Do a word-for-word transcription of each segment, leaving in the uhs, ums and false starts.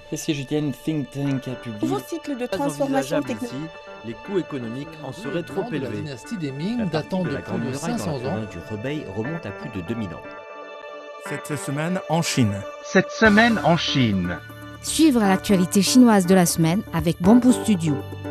Et si je tiens think tank a publié Nouveau cycle de Pas transformation envisageable technologique. ici, les coûts économiques en seraient trop de la élevés. dynastie des La Ming partie datant de de la plus Grande de Muraille dans cinq la cents ans. province du Hebei remonte à plus de deux mille ans. Cette semaine en Chine. Cette semaine en Chine. Suivre l'actualité chinoise de la semaine avec Bamboo Studio.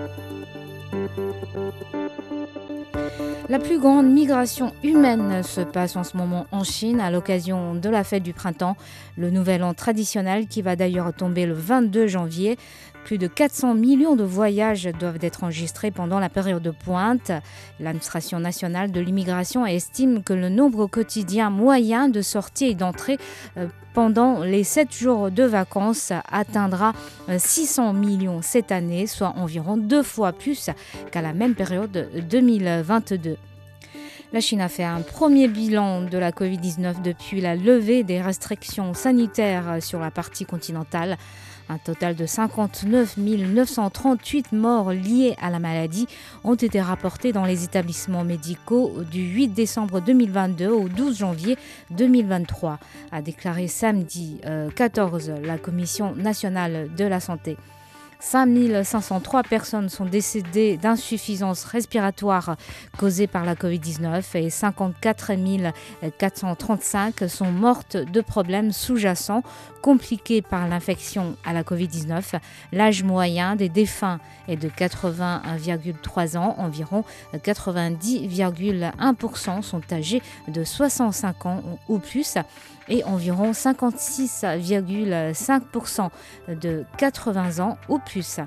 La plus grande migration humaine se passe en ce moment en Chine à l'occasion de la fête du printemps, le nouvel an traditionnel qui va d'ailleurs tomber le vingt-deux janvier. Plus de quatre cents millions de voyages doivent être enregistrés pendant la période de pointe. L'administration nationale de l'immigration estime que le nombre quotidien moyen de sorties et d'entrées pendant les sept jours de vacances atteindra six cents millions cette année, soit environ deux fois plus qu'à la même période deux mille vingt-deux. La Chine a fait un premier bilan de la covid dix-neuf depuis la levée des restrictions sanitaires sur la partie continentale. Un total de cinquante-neuf mille neuf cent trente-huit morts liés à la maladie ont été rapportés dans les établissements médicaux du huit décembre deux mille vingt-deux au douze janvier deux mille vingt-trois, a déclaré samedi euh, quatorze la Commission nationale de la santé. cinq mille cinq cent trois personnes sont décédées d'insuffisance respiratoire causée par la covid dix-neuf et cinquante-quatre mille quatre cent trente-cinq sont mortes de problèmes sous-jacents compliqués par l'infection à la covid dix-neuf. L'âge moyen des défunts est de quatre-vingts virgule trois ans. Environ quatre-vingt-dix virgule un pour cent sont âgés de soixante-cinq ans ou plus et environ cinquante-six virgule cinq pour cent de quatre-vingts ans ou plus.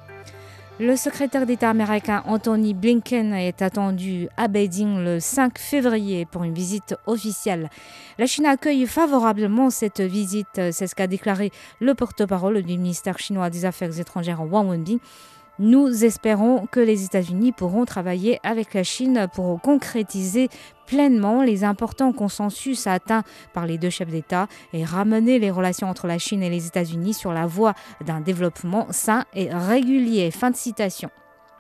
Le secrétaire d'État américain Anthony Blinken est attendu à Beijing le cinq février pour une visite officielle. La Chine accueille favorablement cette visite, c'est ce qu'a déclaré le porte-parole du ministère chinois des Affaires étrangères Wang Wenbin. Nous espérons que les États-Unis pourront travailler avec la Chine pour concrétiser pleinement les importants consensus atteints par les deux chefs d'État et ramener les relations entre la Chine et les États-Unis sur la voie d'un développement sain et régulier. Fin de citation.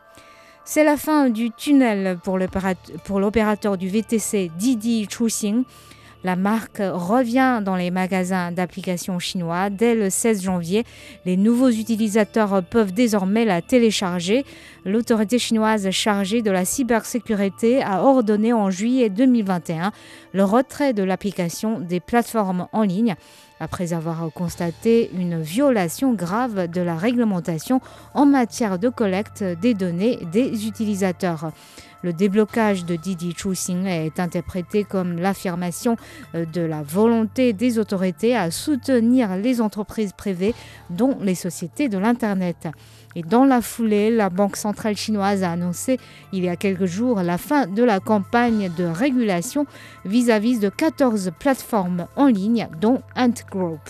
C'est la fin du tunnel pour l'opérateur du V T C Didi Chuxing. La marque revient dans les magasins d'applications chinois dès le seize janvier. Les nouveaux utilisateurs peuvent désormais la télécharger. L'autorité chinoise chargée de la cybersécurité a ordonné en juillet deux mille vingt et un le retrait de l'application des plateformes en ligne après avoir constaté une violation grave de la réglementation en matière de collecte des données des utilisateurs. Le déblocage de Didi Chuxing est interprété comme l'affirmation de la volonté des autorités à soutenir les entreprises privées, dont les sociétés de l'Internet. Et dans la foulée, la Banque centrale chinoise a annoncé il y a quelques jours la fin de la campagne de régulation vis-à-vis de quatorze plateformes en ligne, dont Ant Group.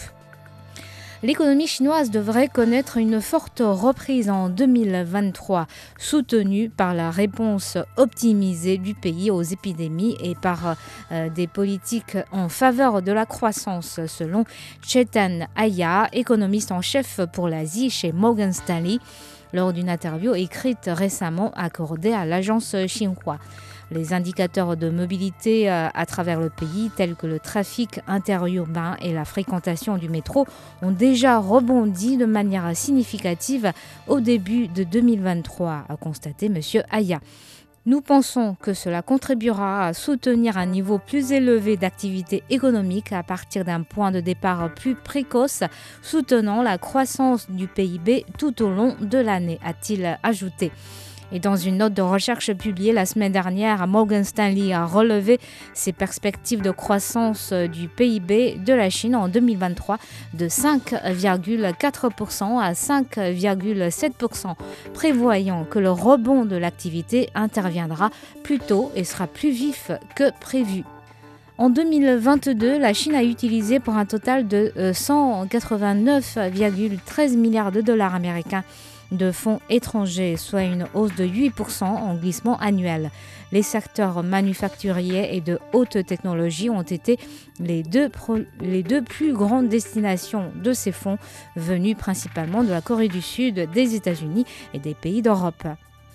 L'économie chinoise devrait connaître une forte reprise en deux mille vingt-trois, soutenue par la réponse optimisée du pays aux épidémies et par euh, des politiques en faveur de la croissance, selon Chetan Aya, économiste en chef pour l'Asie chez Morgan Stanley, lors d'une interview écrite récemment accordée à l'agence Xinhua. Les indicateurs de mobilité à travers le pays, tels que le trafic interurbain et la fréquentation du métro, ont déjà rebondi de manière significative au début de deux mille vingt-trois, a constaté M. Aya. Nous pensons que cela contribuera à soutenir un niveau plus élevé d'activité économique à partir d'un point de départ plus précoce, soutenant la croissance du P I B tout au long de l'année, a-t-il ajouté. Et dans une note de recherche publiée la semaine dernière, Morgan Stanley a relevé ses perspectives de croissance du P I B de la Chine en deux mille vingt-trois de cinq virgule quatre pour cent à cinq virgule sept pour cent, prévoyant que le rebond de l'activité interviendra plus tôt et sera plus vif que prévu. En deux mille vingt-deux, la Chine a utilisé pour un total de cent quatre-vingt-neuf virgule treize milliards de dollars américains de fonds étrangers, soit une hausse de huit pour cent en glissement annuel. Les secteurs manufacturiers et de haute technologie ont été les deux, pro- les deux plus grandes destinations de ces fonds, venus principalement de la Corée du Sud, des États-Unis et des pays d'Europe.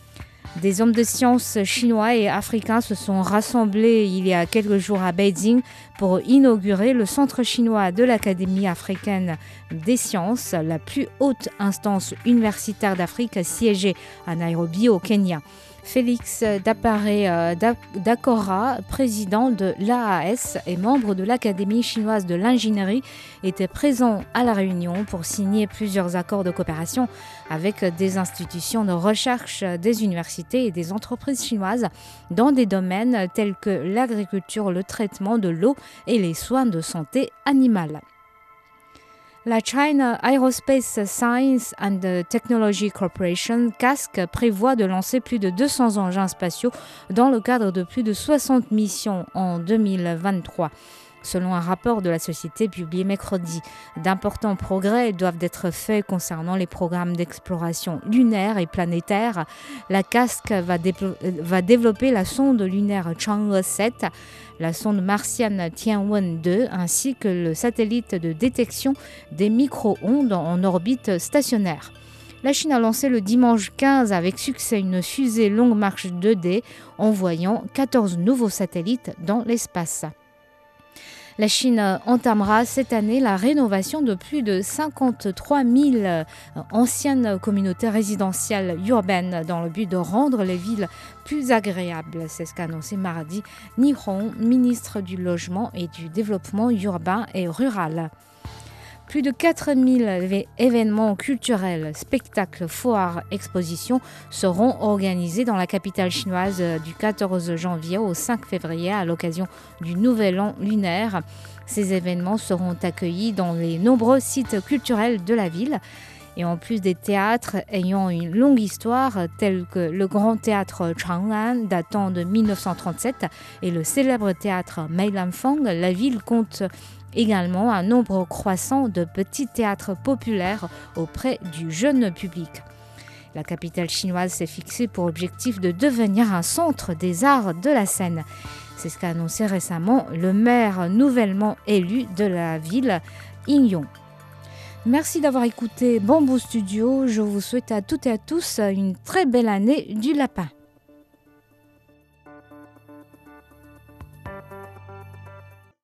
Des hommes de science chinois et africains se sont rassemblés il y a quelques jours à Beijing pour inaugurer le Centre chinois de l'Académie africaine des sciences, la plus haute instance universitaire d'Afrique siégée à Nairobi au Kenya. Félix Daparé Dakora, président de l'A A S et membre de l'Académie chinoise de l'ingénierie, était présent à la réunion pour signer plusieurs accords de coopération avec des institutions de recherche, des universités et des entreprises chinoises dans des domaines tels que l'agriculture, le traitement de l'eau et les soins de santé animale. La China Aerospace Science and Technology Corporation, C A S C, prévoit de lancer plus de deux cents engins spatiaux dans le cadre de plus de soixante missions en deux mille vingt-trois. Selon un rapport de la société publié mercredi, d'importants progrès doivent être faits concernant les programmes d'exploration lunaire et planétaire. La C A S C va, déplo- va développer la sonde lunaire Chang'e sept, la sonde martienne Tianwen deux, ainsi que le satellite de détection des micro-ondes en orbite stationnaire. La Chine a lancé le dimanche quinze avec succès une fusée Longue Marche deux D, envoyant quatorze nouveaux satellites dans l'espace. La Chine entamera cette année la rénovation de plus de cinquante-trois mille anciennes communautés résidentielles urbaines dans le but de rendre les villes plus agréables. C'est ce qu'a annoncé mardi Ni Hong, ministre du Logement et du Développement urbain et rural. Plus de quatre mille événements culturels, spectacles, foires, expositions seront organisés dans la capitale chinoise du quatorze janvier au cinq février à l'occasion du Nouvel An lunaire. Ces événements seront accueillis dans les nombreux sites culturels de la ville. Et en plus des théâtres ayant une longue histoire, tels que le Grand Théâtre Chang'an datant de mille neuf cent trente-sept et le célèbre théâtre Meilanfang, la ville compte également un nombre croissant de petits théâtres populaires auprès du jeune public. La capitale chinoise s'est fixée pour objectif de devenir un centre des arts de la scène. C'est ce qu'a annoncé récemment le maire nouvellement élu de la ville, Ying Yong. Merci d'avoir écouté Bamboo Studio. Je vous souhaite à toutes et à tous une très belle année du lapin.